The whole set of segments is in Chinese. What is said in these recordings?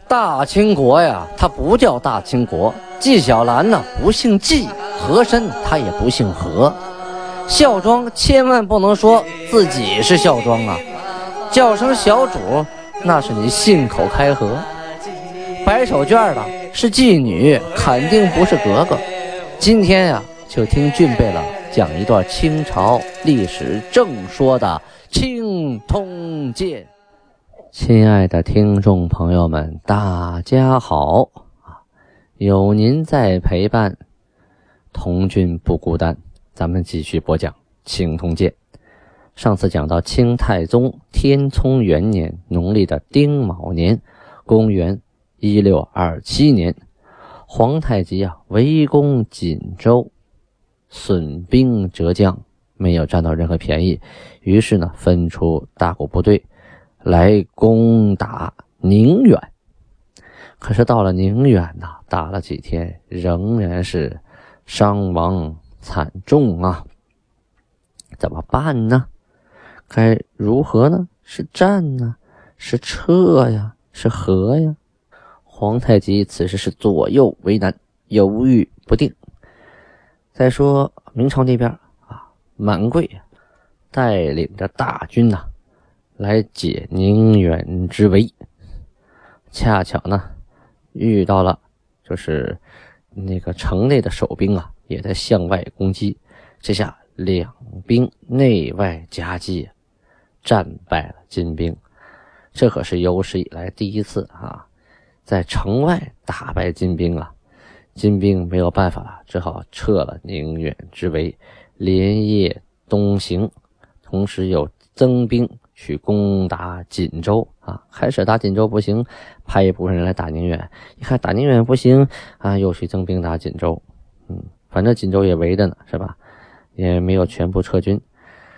大清国呀，它不叫大清国。纪晓岚呢，不姓纪；和珅他也不姓和。孝庄千万不能说自己是孝庄啊，叫声小主，那是你信口开河。白手绢的是妓女，肯定不是格格。今天呀，就听俊贝勒讲一段清朝历史正说的清通鉴。亲爱的听众朋友们，大家好啊！有您在陪伴，童俊不孤单。咱们继续播讲清通鉴。上次讲到清太宗天聪元年农历的丁卯年，公元1627年，皇太极围攻锦州，损兵折将，没有占到任何便宜，于是呢分出大股部队来攻打宁远。可是到了宁远打了几天，仍然是伤亡惨重啊！怎么办呢？该如何呢？是战呢？是撤呀？是和呀？皇太极此时是左右为难，犹豫不定。再说明朝那边满贵带领着大军来解宁远之围，恰巧呢遇到了就是那个城内的守兵也在向外攻击，这下两兵内外夹击，战败了金兵。这可是有史以来第一次在城外打败金兵金兵没有办法了，只好撤了宁远之围，连夜东行，同时又增兵去攻打锦州开始打锦州不行，派一部分人来打宁远，一看打宁远不行又去增兵打锦州。反正锦州也围着呢，是吧？也没有全部撤军。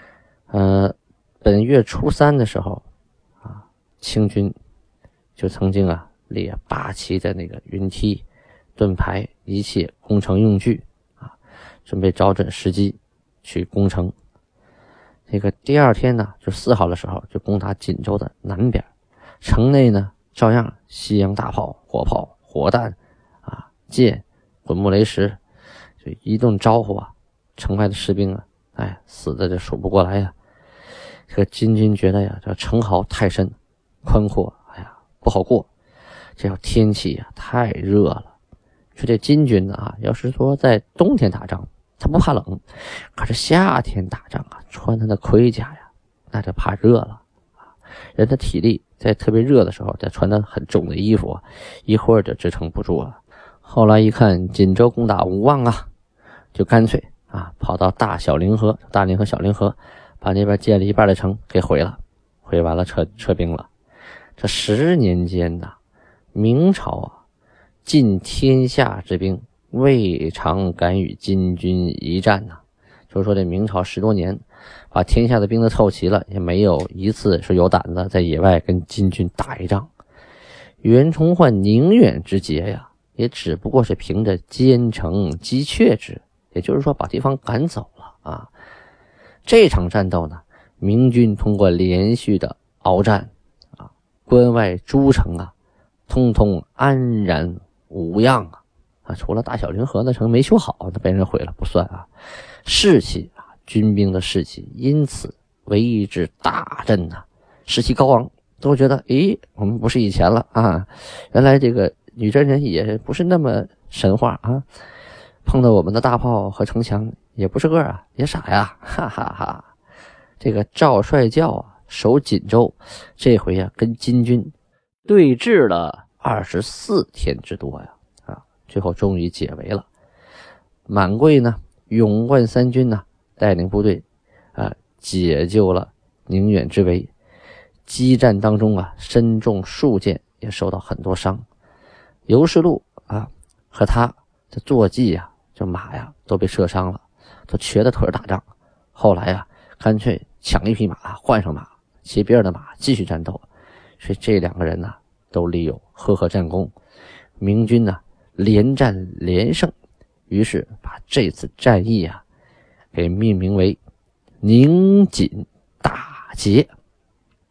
本月初3的时候清军就曾经列8旗在那个云梯盾牌一切攻城用具准备找准时机去攻城。这个第二天呢，就4号的时候就攻打锦州的南边，城内呢照样西洋大炮、火炮、火弹箭、滚木雷石，就一顿招呼城外的士兵死的这数不过来这个金军觉得这城壕太深宽阔，不好过。这天气太热了。说这金军要是说在冬天打仗他不怕冷，可是夏天打仗穿他的盔甲那就怕热了人的体力在特别热的时候再穿的很重的衣服一会儿就支撑不住了。后来一看锦州攻打无望就干脆跑到大凌和小凌河，把那边建了一半的城给毁了，毁完了撤兵了。这10年间明朝尽天下之兵，未尝敢与金军一战就是说这明朝10多年把天下的兵都凑齐了，也没有一次是有胆子在野外跟金军打一仗。袁崇焕宁远之捷也只不过是凭着坚城击却之，也就是说把对方赶走了这场战斗呢，明军通过连续的鏖战关外诸城通通安然无恙除了大小凌河那城没修好，那被人毁了不算士气军兵的士气因此为之大振士气高昂，都觉得我们不是以前了原来这个女真人也不是那么神话碰到我们的大炮和城墙也不是个也傻哈哈哈。这个赵帅教守锦州，这回跟金军对峙了24天之多最后终于解围了。满贵呢，勇冠三军带领部队解救了宁远之围。激战当中身中数箭，也受到很多伤。尤世禄和他的坐骑就马都被射伤了，都瘸着腿打仗。后来干脆抢一匹马，换上马，骑别人的马继续战斗。所以这两个人都立有赫赫战功。明军连战连胜，于是把这次战役给命名为宁锦大捷。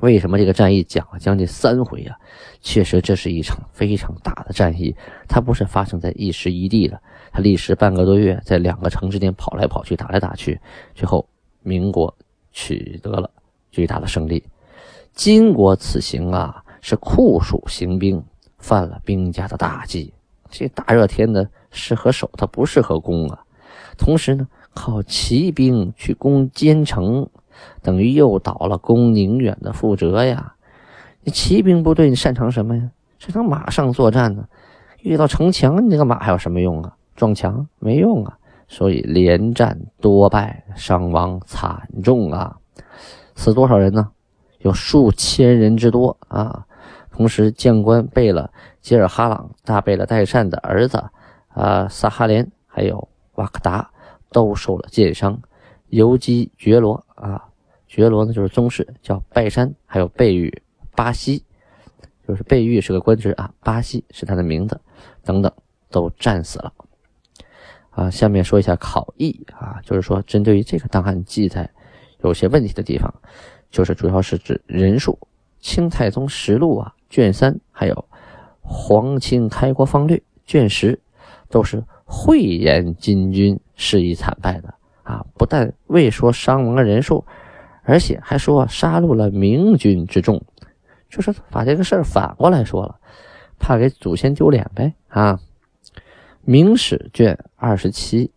为什么这个战役讲了将近3回啊？确实这是一场非常大的战役，它不是发生在一时一地的，它历时半个多月，在2个城之间跑来跑去，打来打去，最后明国取得了巨大的胜利。金国此行啊，是酷暑行兵，犯了兵家的大忌。这大热天的适合守，它不适合攻啊。同时呢，靠骑兵去攻坚城，等于又倒了攻宁远的覆辙呀。你骑兵部队你擅长什么呀？擅长马上作战呢。遇到城墙，你这个马还有什么用啊？撞墙没用啊。所以连战多败，伤亡惨重啊。死多少人呢？有数千人之多啊。同时将官贝勒吉尔哈朗、大贝勒代善的儿子萨哈连还有瓦克达都受了箭伤。游击觉罗觉罗呢就是宗室，叫拜山，还有贝玉、巴西，就是贝玉是个官职啊，巴西是他的名字，等等都战死了下面说一下考异就是说针对于这个档案记载有些问题的地方，就是主要是指人数。清太宗实录卷3还有皇清开国方略卷10都是讳言金军是以惨败的不但未说伤亡的人数，而且还说杀戮了明军之众，就是把这个事儿反过来说了，怕给祖先丢脸呗明史卷27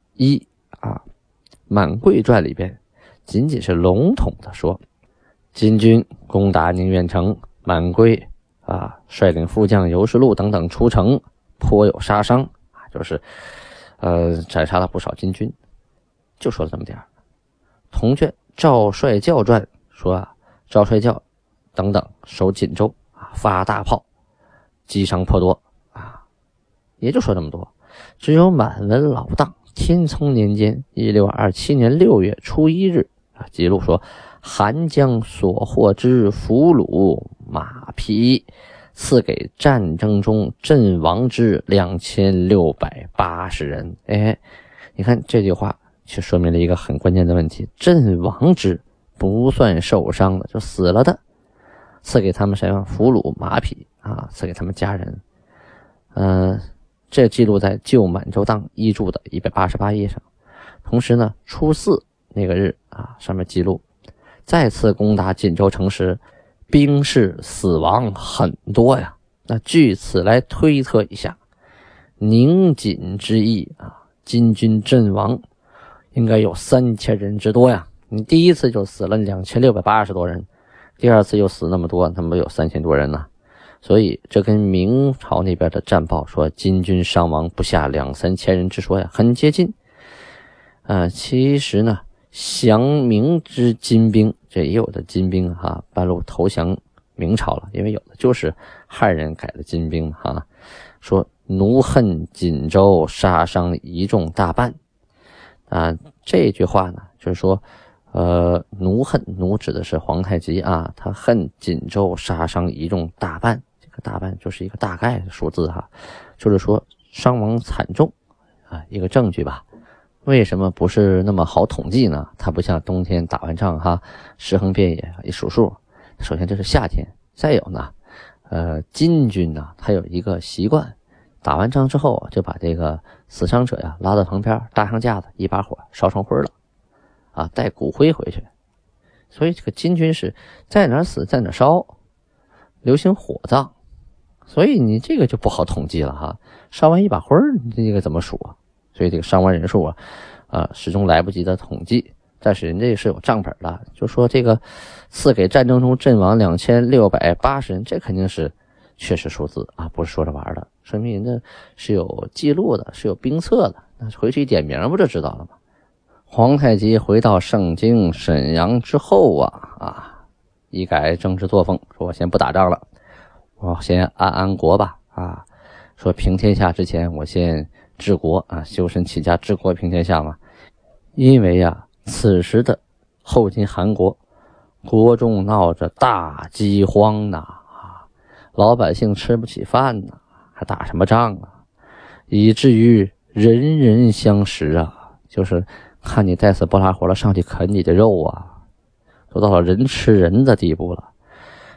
满贵传里边仅仅是笼统的说，金军攻打宁远城，满贵率领副将游世禄等等出城，颇有杀伤就是斩杀了不少金军，就说了这么点儿。同卷赵帅教传说赵帅教等等守锦州发大炮，击伤颇多也就说这么多。只有满文老档天聪年间1627年6月初1日记录说，韩将所获之俘虏马匹，赐给战争中阵亡之2680人。你看这句话却说明了一个很关键的问题，阵亡之不算受伤的，就死了的，赐给他们什么俘虏马匹赐给他们家人。这记录在旧满洲档译注的188页上。同时呢，初4那个日上面记录再次攻打锦州城时，兵士死亡很多呀。那据此来推测一下，宁锦之役金军阵亡应该有3000人之多呀。你第一次就死了2680多人，第二次又死那么多，那么有3000多人呢。所以这跟明朝那边的战报说金军伤亡不下2-3千人之说呀很接近。其实呢，降明之金兵，这也有的金兵半路投降明朝了，因为有的就是汉人改的金兵说奴恨锦州，杀伤一众大半这句话呢就是说奴指的是皇太极他恨锦州，杀伤一众大半，这个大半就是一个大概的数字就是说伤亡惨重一个证据吧。为什么不是那么好统计呢？它不像冬天打完仗尸横遍野一数数。首先这是夏天，再有呢金军呢它有一个习惯，打完仗之后就把这个死伤者拉到旁边，搭上架子，一把火烧成灰了带骨灰回去。所以这个金军是在哪死在哪烧，流行火葬。所以你这个就不好统计了烧完一把灰你这个怎么数所以这个伤亡人数始终来不及的统计。但是人家是有账本的，就说这个赐给战争中阵亡2680人，这肯定是确实数字不是说着玩的，说明人家是有记录的，是有兵册的。那回去一点名不就知道了吗？皇太极回到盛京沈阳之后一改政治作风，说我先不打仗了，我先安国吧说平天下之前我先治国修身齐家治国平天下嘛。因为此时的后金韩国国中闹着大饥荒呢老百姓吃不起饭呢，还打什么仗以至于人人相食就是看你带死不拉活了上去啃你的肉都到了人吃人的地步了。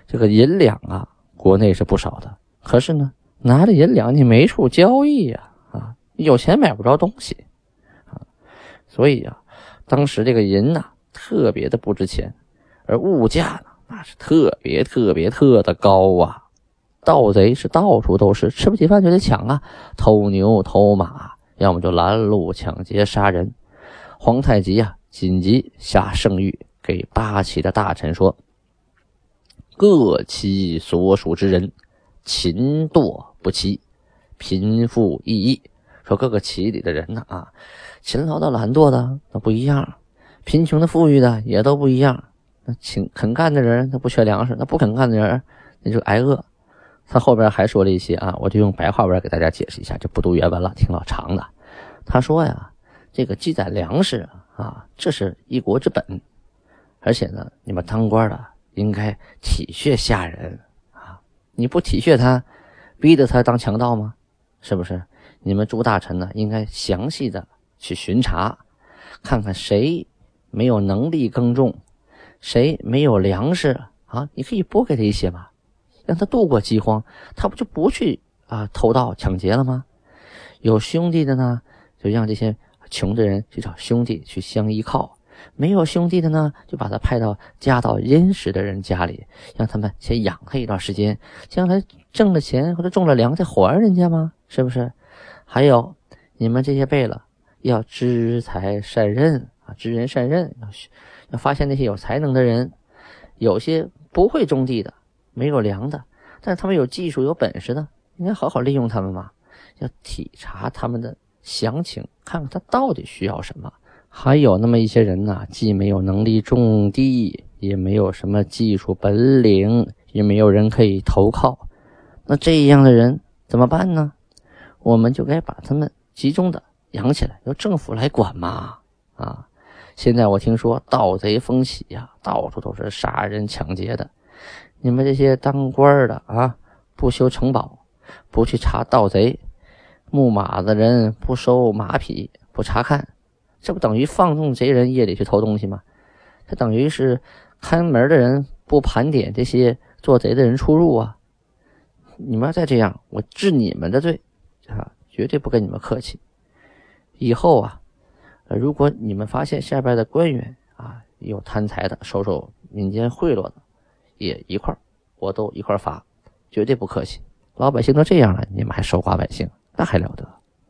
这个银两啊，国内是不少的，可是呢，拿着银两你没处交易呀，有钱买不着东西啊，所以啊，当时这个银呐，特别的不值钱，而物价呢，那是特别的高啊。盗贼是到处都是，吃不起饭就得抢啊，偷牛偷马，要么就拦路抢劫杀人。皇太极啊，紧急下圣谕给八旗的大臣说，各旗所属之人勤惰不齐，贫富异异。说各个旗里的人呢勤劳的懒惰的那不一样，贫穷的富裕的也都不一样。那肯干的人他不缺粮食，那不肯干的人那就挨饿。他后边还说了一些我就用白话文给大家解释一下，就不读原文了，挺老长的。他说呀，这个积攒粮食这是一国之本，而且呢，你们当官的应该体恤下人你不体恤他，逼着他当强盗吗？是不是？你们诸大臣呢，应该详细的去巡查，看看谁没有能力耕种，谁没有粮食你可以拨给他一些嘛，让他度过饥荒，他不就不去偷盗抢劫了吗？有兄弟的呢，就让这些穷的人去找兄弟去相依靠，没有兄弟的呢，就把他派到家道殷实的人家里，让他们先养他一段时间，将来挣了钱或者种了粮再还人家吗？是不是？还有你们这些辈了，要知才善任知人善任，要发现那些有才能的人，有些不会种地的，没有粮的，但是他们有技术有本事的，应该好好利用他们嘛。要体察他们的详情，看看他到底需要什么。还有那么一些人呢，既没有能力种地，也没有什么技术本领，也没有人可以投靠，那这样的人怎么办呢？我们就该把他们集中的养起来，由政府来管嘛。现在我听说盗贼风起到处都是杀人抢劫的，你们这些当官的不修城堡，不去查盗贼，牧马的人不收马匹，不查看，这不等于放纵贼人夜里去偷东西吗？这等于是看门的人不盘点这些做贼的人出入你们要再这样，我治你们的罪绝对不跟你们客气。以后如果你们发现下边的官员有贪财的，收民间贿赂的，也我都一块罚，绝对不客气。老百姓都这样了，你们还收刮百姓，那还了得？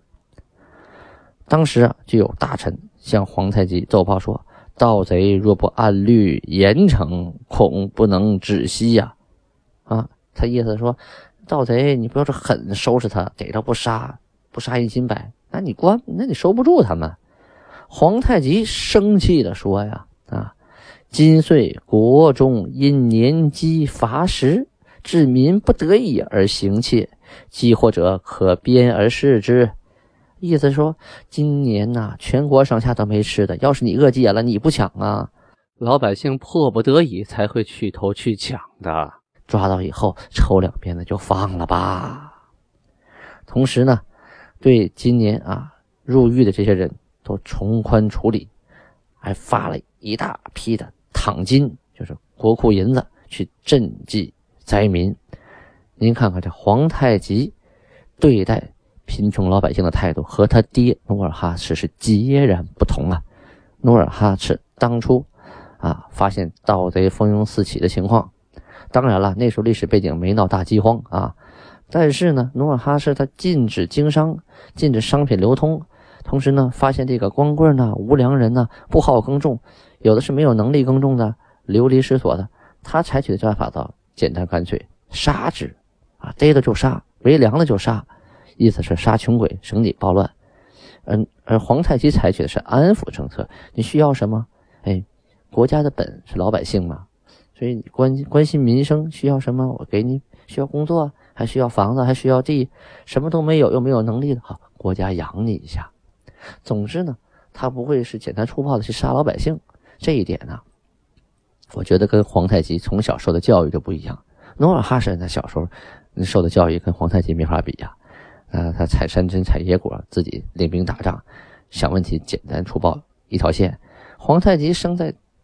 当时就有大臣向皇太极奏报说，盗贼若不按律严惩，恐不能止息他意思说，盗贼你不要是狠收拾他，逮着不杀一斤百，那你收不住他们。皇太极生气地说今岁国中因年饥乏食，致民不得已而行窃，饥或者可鞭而视之。意思说今年全国上下都没吃的，要是你饿饥了，你不抢老百姓迫不得已才会去偷去抢的，抓到以后抽两鞭子就放了吧。同时呢，对今年入狱的这些人都从宽处理，还发了一大批的躺金，就是国库银子，去赈济灾民。您看看这皇太极对待贫穷老百姓的态度和他爹努尔哈赤是截然不同努尔哈赤当初发现盗贼蜂拥四起的情况，当然了，那时候历史背景没闹大饥荒但是呢，努尔哈赤他禁止经商，禁止商品流通，同时呢，发现这个光棍无良人不好耕种，有的是没有能力耕种的，流离失所的，他采取的办法简单干脆，杀之逮了就杀，为良了就杀，意思是杀穷鬼，省你暴乱。而皇太极采取的是安抚政策，你需要什么？国家的本是老百姓嘛，所以你关心民生，需要什么我给你，需要工作，还需要房子，还需要地，什么都没有又没有能力的，好，国家养你一下。总之呢，他不会是简单粗暴的去杀老百姓，这一点我觉得跟皇太极从小受的教育就不一样。努尔哈赤他小时候受的教育跟皇太极没法比他采山珍采野果，自己领兵打仗，想问题简单粗暴一条线。皇太极生在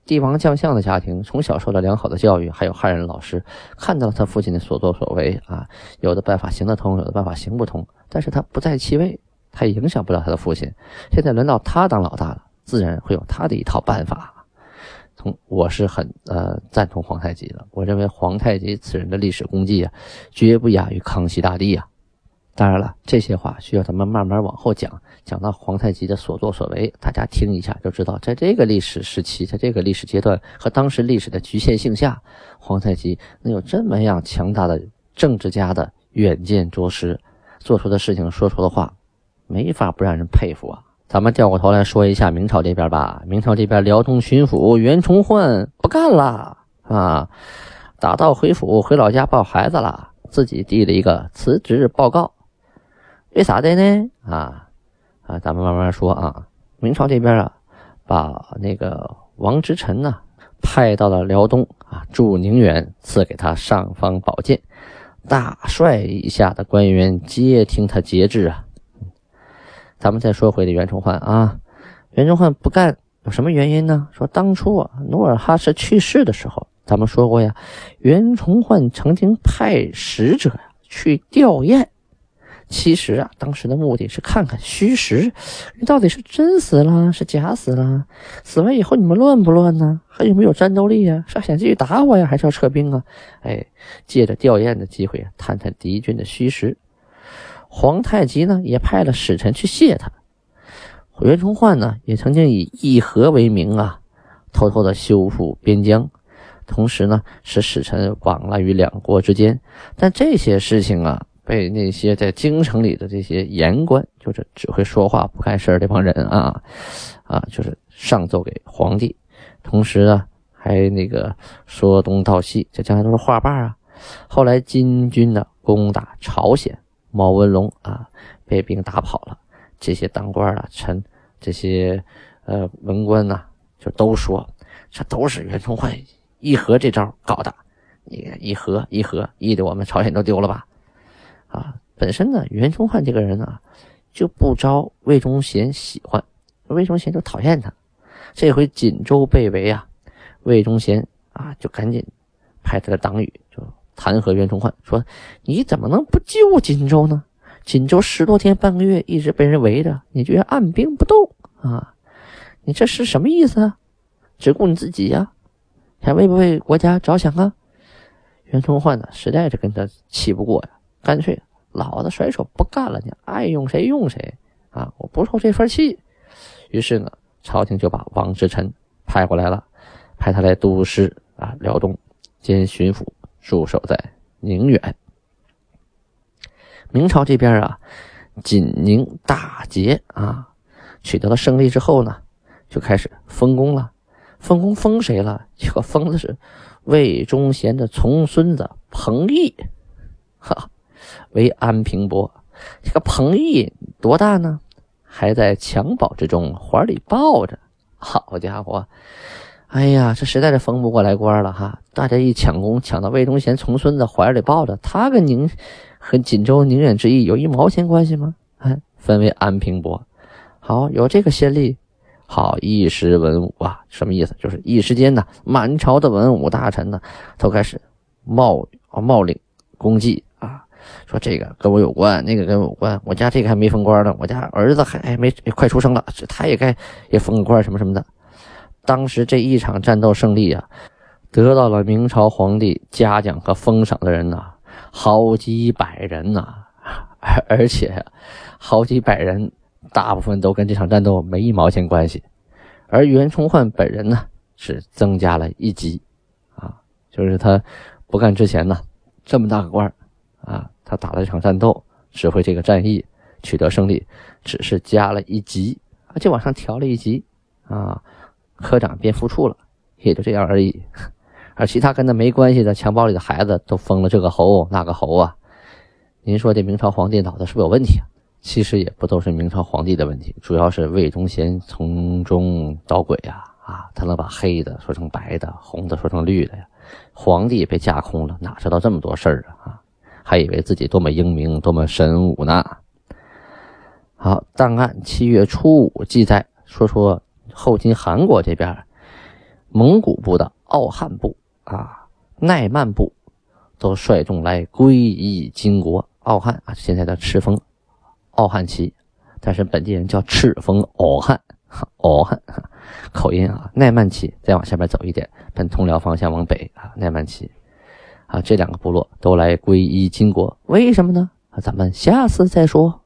帝王将相的家庭，从小受了良好的教育，还有汉人老师，看到了他父亲的所作所为啊，有的办法行得通，有的办法行不通，但是他不在其位，他也影响不了他的父亲。现在轮到他当老大了，自然会有他的一套办法。我是很赞同皇太极的，我认为皇太极此人的历史功绩啊，绝不亚于康熙大帝啊。当然了，这些话需要咱们慢慢往后讲，讲到皇太极的所作所为，大家听一下就知道，在这个历史时期，在这个历史阶段和当时历史的局限性下，皇太极能有这么样强大的政治家的远见卓识，做出的事情说出的话，没法不让人佩服啊。咱们掉过头来说一下明朝这边吧。明朝这边辽东巡抚袁崇焕不干了啊，打道回府，回老家抱孩子了，自己递了一个辞职报告。为啥的呢？咱们慢慢说啊。明朝这边啊，把那个王之臣呢派到了辽东啊，驻宁远，赐给他尚方宝剑，大帅以下的官员皆听他节制啊。咱们再说回这袁崇焕啊，袁崇焕不干有什么原因呢？说当初啊，努尔哈赤去世的时候，咱们说过呀，袁崇焕曾经派使者去吊唁。其实啊，当时的目的是看看虚实，到底是真死了，是假死了，死完以后你们乱不乱呢？还有没有战斗力啊？是想继续打我呀，还是要撤兵啊？借着吊唁的机会探探敌军的虚实。皇太极呢也派了使臣去谢他。袁崇焕呢也曾经以议和为名啊，偷偷的修复边疆，同时呢使使臣往来于两国之间。但这些事情啊，被那些在京城里的这些言官，就是只会说话不干事儿这帮人就是上奏给皇帝，同时呢还那个说东道西，这将来都是话瓣啊。后来金军呢攻打朝鲜，毛文龙啊被兵打跑了，这些当官啊这些文官呐就都说这都是袁崇焕议和这招搞的，议和议的我们朝鲜都丢了吧。本身呢袁崇焕这个人啊就不招魏忠贤喜欢，魏忠贤就讨厌他。这回锦州被围啊，魏忠贤啊就赶紧派他的党羽就弹劾袁崇焕，说你怎么能不救锦州呢？锦州10多天半个月一直被人围着，你居然按兵不动啊！你这是什么意思啊？只顾你自己呀，还为不为国家着想啊？袁崇焕呢实在是跟他气不过呀，干脆老子甩手不干了，你爱用谁用谁啊！我不受这份气。于是呢，朝廷就把王之臣派过来了，派他来督师啊辽东，兼巡抚，驻守在宁远。明朝这边啊，锦宁大捷啊，取得了胜利之后呢，就开始封功了。封谁了？这个封的是魏忠贤的重孙子彭毅，为安平伯。这个彭毅多大呢？还在襁褓之中，怀里抱着。好家伙！哎呀，这实在是封不过来官了哈！大家一抢功，抢到魏忠贤重孙子怀里抱着，他跟锦州宁远之役有1毛钱关系吗？分为安平伯。好，有这个先例，好，一时文武啊，什么意思？就是一时间呢，满朝的文武大臣呢都开始冒领功绩啊，说这个跟我有关，那个跟我有关，我家这个还没封官呢，我家儿子还没快出生了，他也该封个官什么什么的。当时这一场战斗胜利啊，得到了明朝皇帝嘉奖和封赏的人呐，好几百人呐，而且好几百人大部分都跟这场战斗没1毛钱关系。而袁崇焕本人呢是增加了1级啊，就是他不干之前呢这么大个官啊，他打了这场战斗，指挥这个战役取得胜利，只是加了1级啊，就往上调了1级啊，科长变副处了，也就这样而已。而其他跟他没关系的襁褓里的孩子都封了这个侯那个侯啊。您说这明朝皇帝脑子是不是有问题啊？其实也不都是明朝皇帝的问题，主要是魏忠贤从中捣鬼啊，他能把黑的说成白的，红的说成绿的呀。皇帝被架空了，哪知道这么多事儿啊？还以为自己多么英明多么神武呢。好，档案7月初5记载说后金韩国这边蒙古部的敖汉部奈曼部都率众来皈依金国。敖汉现在的赤峰敖汉旗，但是本地人叫赤峰敖汉，口音奈曼旗，再往下边走一点，奔通辽方向往北奈曼旗这两个部落都来皈依金国，为什么呢？咱们下次再说。